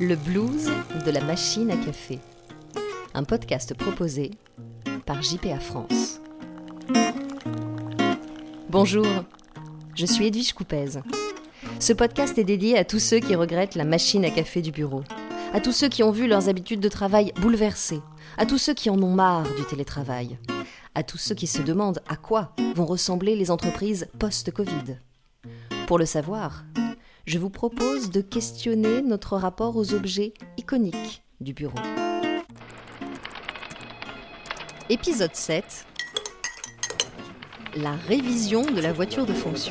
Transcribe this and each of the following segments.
Le blues de la machine à café. Un podcast proposé par JPA France. Bonjour, je suis Edwige Coupez. Ce podcast est dédié à tous ceux qui regrettent la machine à café du bureau, à tous ceux qui ont vu leurs habitudes de travail bouleversées, à tous ceux qui en ont marre du télétravail, à tous ceux qui se demandent à quoi vont ressembler les entreprises post-Covid. Pour le savoir, je vous propose de questionner notre rapport aux objets iconiques du bureau. Épisode 7. La révision de la voiture de fonction.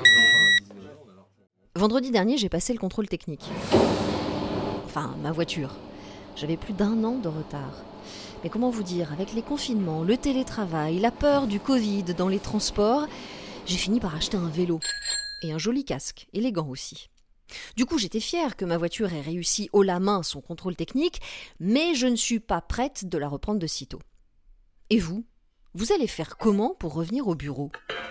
Vendredi dernier, j'ai passé le contrôle technique. Enfin, ma voiture. J'avais plus d'1 an de retard. Mais comment vous dire, avec les confinements, le télétravail, la peur du Covid dans les transports, j'ai fini par acheter un vélo. Et un joli casque, élégant aussi. Du coup, j'étais fière que ma voiture ait réussi haut la main son contrôle technique, mais je ne suis pas prête de la reprendre de sitôt. Et vous allez faire comment pour revenir au bureau ?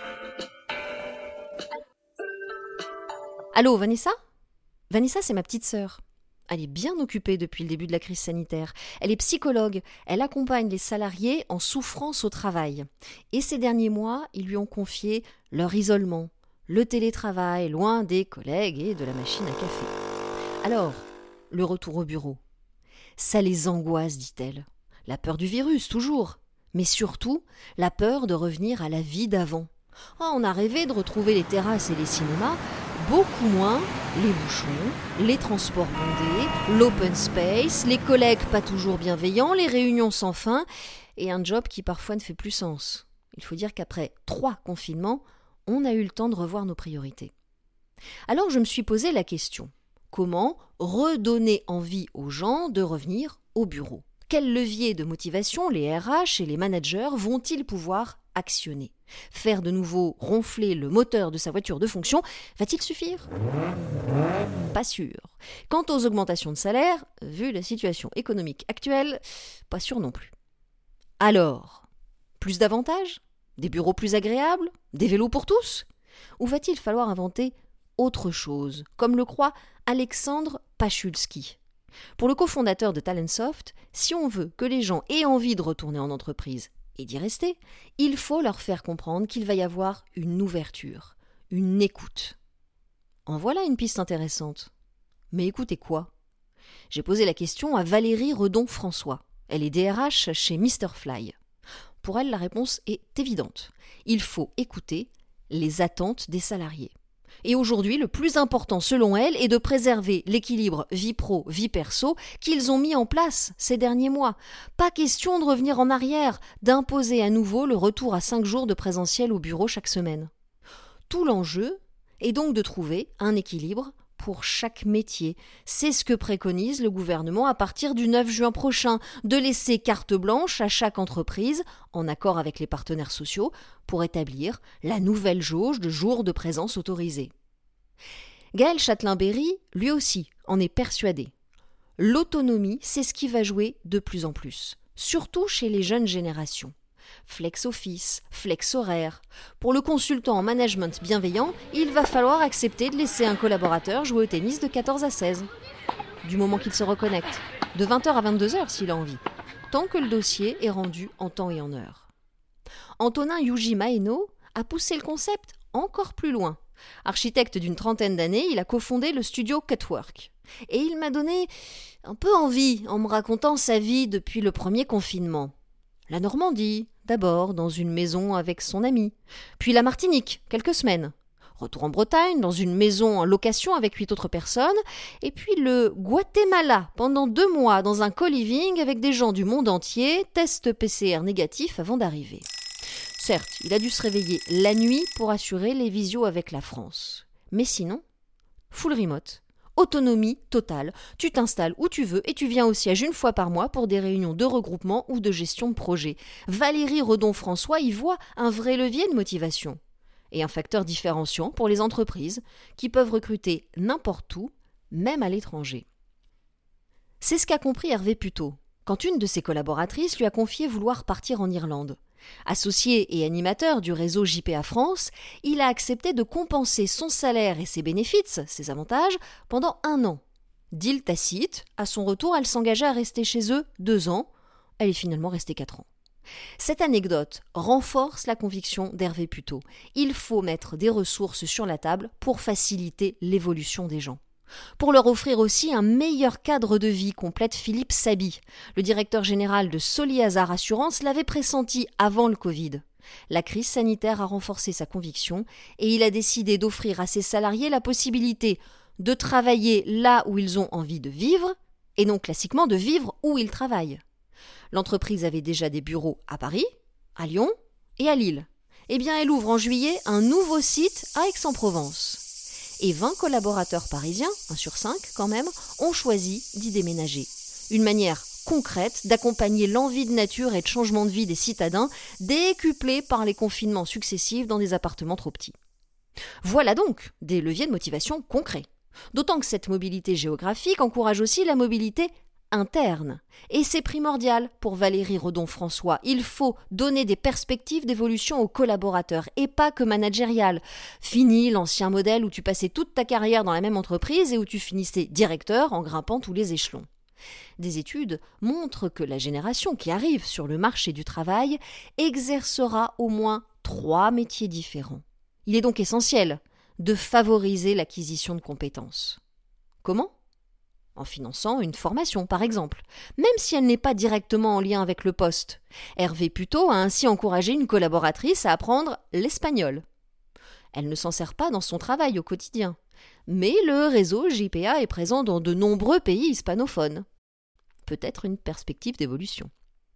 Allô, Vanessa ? Vanessa, c'est ma petite sœur. Elle est bien occupée depuis le début de la crise sanitaire. Elle est psychologue. Elle accompagne les salariés en souffrance au travail. Et ces derniers mois, ils lui ont confié leur isolement, le télétravail, loin des collègues et de la machine à café. Alors, le retour au bureau. Ça les angoisse, dit-elle. La peur du virus, toujours. Mais surtout, la peur de revenir à la vie d'avant. Oh, on a rêvé de retrouver les terrasses et les cinémas, beaucoup moins les bouchons, les transports bondés, l'open space, les collègues pas toujours bienveillants, les réunions sans fin et un job qui parfois ne fait plus sens. Il faut dire qu'après 3 confinements, on a eu le temps de revoir nos priorités. Alors je me suis posé la question, comment redonner envie aux gens de revenir au bureau ? Quels leviers de motivation les RH et les managers vont-ils pouvoir actionner ? Faire de nouveau ronfler le moteur de sa voiture de fonction, va-t-il suffire ? Pas sûr. Quant aux augmentations de salaire, vu la situation économique actuelle, pas sûr non plus. Alors, plus d'avantages ? Des bureaux plus agréables ? Des vélos pour tous ? Ou va-t-il falloir inventer autre chose, comme le croit Alexandre Pachulski ? Pour le cofondateur de Talentsoft, si on veut que les gens aient envie de retourner en entreprise et d'y rester, il faut leur faire comprendre qu'il va y avoir une ouverture, une écoute. En voilà une piste intéressante. Mais écoutez quoi ? J'ai posé la question à Valérie Redon-François. Elle est DRH chez Mr Fly. Pour elle, la réponse est évidente. Il faut écouter les attentes des salariés. Et aujourd'hui, le plus important selon elle est de préserver l'équilibre vie pro, vie perso qu'ils ont mis en place ces derniers mois. Pas question de revenir en arrière, d'imposer à nouveau le retour à 5 jours de présentiel au bureau chaque semaine. Tout l'enjeu est donc de trouver un équilibre pour chaque métier. C'est ce que préconise le gouvernement à partir du 9 juin prochain, de laisser carte blanche à chaque entreprise, en accord avec les partenaires sociaux, pour établir la nouvelle jauge de jours de présence autorisés. Gaël Châtelain-Berry, lui aussi, en est persuadé. L'autonomie, c'est ce qui va jouer de plus en plus, surtout chez les jeunes générations. Flex office, flex horaire. Pour le consultant en management bienveillant, il va falloir accepter de laisser un collaborateur jouer au tennis de 14 à 16. Du moment qu'il se reconnecte. De 20h à 22h s'il a envie. Tant que le dossier est rendu en temps et en heure. Antonin Yuji Maeno a poussé le concept encore plus loin. Architecte d'une 30aine d'années, il a cofondé le studio Cutwork. Et il m'a donné un peu envie en me racontant sa vie depuis le premier confinement. La Normandie, d'abord dans une maison avec son ami. Puis la Martinique, quelques semaines. Retour en Bretagne, dans une maison en location avec 8 autres personnes. Et puis le Guatemala, pendant 2 mois, dans un co-living avec des gens du monde entier, test PCR négatif avant d'arriver. Certes, il a dû se réveiller la nuit pour assurer les visios avec la France. Mais sinon, full remote. Autonomie totale, tu t'installes où tu veux et tu viens au siège 1 fois par mois pour des réunions de regroupement ou de gestion de projet. Valérie Redon-François y voit un vrai levier de motivation et un facteur différenciant pour les entreprises qui peuvent recruter n'importe où, même à l'étranger. C'est ce qu'a compris Hervé Puteaux quand une de ses collaboratrices lui a confié vouloir partir en Irlande. Associé et animateur du réseau JPA France, il a accepté de compenser son salaire et ses bénéfices, ses avantages, pendant 1 an. Deal tacite, à son retour, elle s'engageait à rester chez eux 2 ans. Elle est finalement restée 4 ans. Cette anecdote renforce la conviction d'Hervé Puteaux. Il faut mettre des ressources sur la table pour faciliter l'évolution des gens. Pour leur offrir aussi un meilleur cadre de vie, complète Philippe Saby. Le directeur général de Soli-Hazard Assurance l'avait pressenti avant le Covid. La crise sanitaire a renforcé sa conviction et il a décidé d'offrir à ses salariés la possibilité de travailler là où ils ont envie de vivre et non classiquement de vivre où ils travaillent. L'entreprise avait déjà des bureaux à Paris, à Lyon et à Lille. Eh bien, elle ouvre en juillet un nouveau site à Aix-en-Provence. Et 20 collaborateurs parisiens, 1 sur 5 quand même, ont choisi d'y déménager. Une manière concrète d'accompagner l'envie de nature et de changement de vie des citadins, décuplée par les confinements successifs dans des appartements trop petits. Voilà donc des leviers de motivation concrets. D'autant que cette mobilité géographique encourage aussi la mobilité interne. Et c'est primordial pour Valérie Redon-François. Il faut donner des perspectives d'évolution aux collaborateurs et pas que managériales. Fini l'ancien modèle où tu passais toute ta carrière dans la même entreprise et où tu finissais directeur en grimpant tous les échelons. Des études montrent que la génération qui arrive sur le marché du travail exercera au moins 3 métiers différents. Il est donc essentiel de favoriser l'acquisition de compétences. Comment ? En finançant une formation, par exemple, même si elle n'est pas directement en lien avec le poste. Hervé Puteaux a ainsi encouragé une collaboratrice à apprendre l'espagnol. Elle ne s'en sert pas dans son travail au quotidien, mais le réseau JPA est présent dans de nombreux pays hispanophones. Peut-être une perspective d'évolution.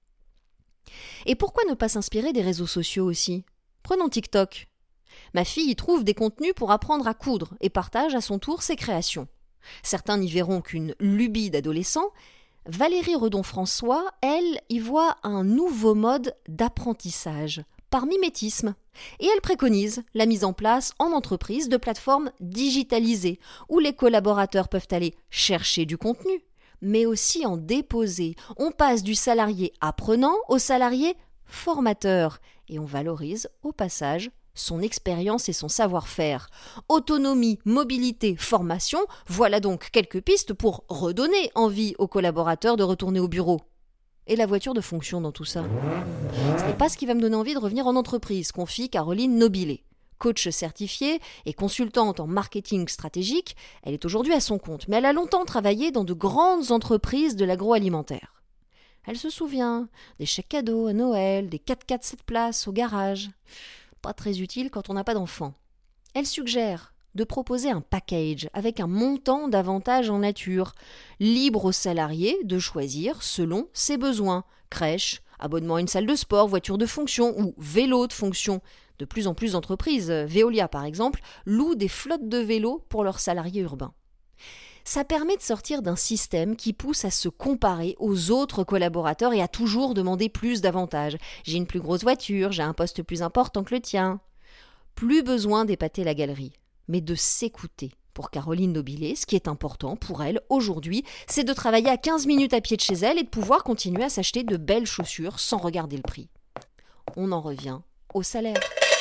Et pourquoi ne pas s'inspirer des réseaux sociaux aussi ? Prenons TikTok. Ma fille y trouve des contenus pour apprendre à coudre et partage à son tour ses créations. Certains n'y verront qu'une lubie d'adolescent. Valérie Redon-François, elle, y voit un nouveau mode d'apprentissage, par mimétisme. Et elle préconise la mise en place en entreprise de plateformes digitalisées, où les collaborateurs peuvent aller chercher du contenu, mais aussi en déposer. On passe du salarié apprenant au salarié formateur, et on valorise au passage son expérience et son savoir-faire. Autonomie, mobilité, formation, voilà donc quelques pistes pour redonner envie aux collaborateurs de retourner au bureau. Et la voiture de fonction dans tout ça ? Ce n'est pas ce qui va me donner envie de revenir en entreprise, confie Caroline Nobilet. Coach certifiée et consultante en marketing stratégique, elle est aujourd'hui à son compte, mais elle a longtemps travaillé dans de grandes entreprises de l'agroalimentaire. Elle se souvient des chèques cadeaux à Noël, des 4x4 7 places au garage. Pas très utile quand on n'a pas d'enfant. Elle suggère de proposer un package avec un montant d'avantages en nature, libre aux salariés de choisir selon ses besoins. Crèche, abonnement à une salle de sport, voiture de fonction ou vélo de fonction. De plus en plus d'entreprises, Veolia par exemple, louent des flottes de vélos pour leurs salariés urbains. Ça permet de sortir d'un système qui pousse à se comparer aux autres collaborateurs et à toujours demander plus d'avantages. J'ai une plus grosse voiture, j'ai un poste plus important que le tien. Plus besoin d'épater la galerie, mais de s'écouter. Pour Caroline Nobilet, ce qui est important pour elle aujourd'hui, c'est de travailler à 15 minutes à pied de chez elle et de pouvoir continuer à s'acheter de belles chaussures sans regarder le prix. On en revient au salaire.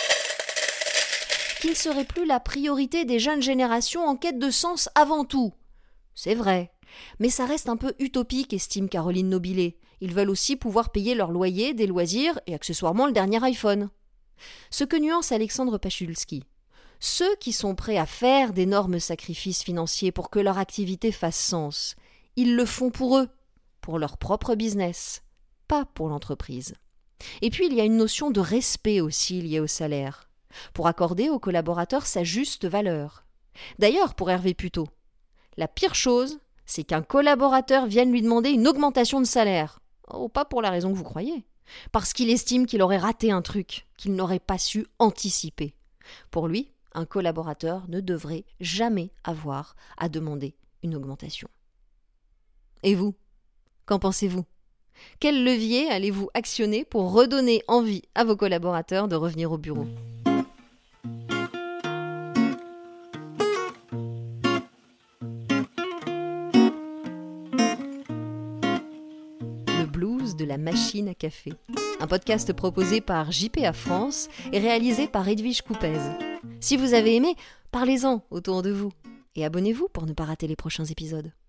Qui ne serait plus la priorité des jeunes générations en quête de sens avant tout. C'est vrai, mais ça reste un peu utopique, estime Caroline Nobilet. Ils veulent aussi pouvoir payer leur loyer, des loisirs et accessoirement le dernier iPhone. Ce que nuance Alexandre Pachulski. Ceux qui sont prêts à faire d'énormes sacrifices financiers pour que leur activité fasse sens, ils le font pour eux, pour leur propre business, pas pour l'entreprise. Et puis il y a une notion de respect aussi liée au salaire, pour accorder aux collaborateurs sa juste valeur. D'ailleurs, pour Hervé Puteaux, la pire chose, c'est qu'un collaborateur vienne lui demander une augmentation de salaire. Oh, pas pour la raison que vous croyez. Parce qu'il estime qu'il aurait raté un truc, qu'il n'aurait pas su anticiper. Pour lui, un collaborateur ne devrait jamais avoir à demander une augmentation. Et vous, qu'en pensez-vous ? Quel levier allez-vous actionner pour redonner envie à vos collaborateurs de revenir au bureau ? De la machine à café. Un podcast proposé par JPA France et réalisé par Edwige Coupez. Si vous avez aimé, parlez-en autour de vous et abonnez-vous pour ne pas rater les prochains épisodes.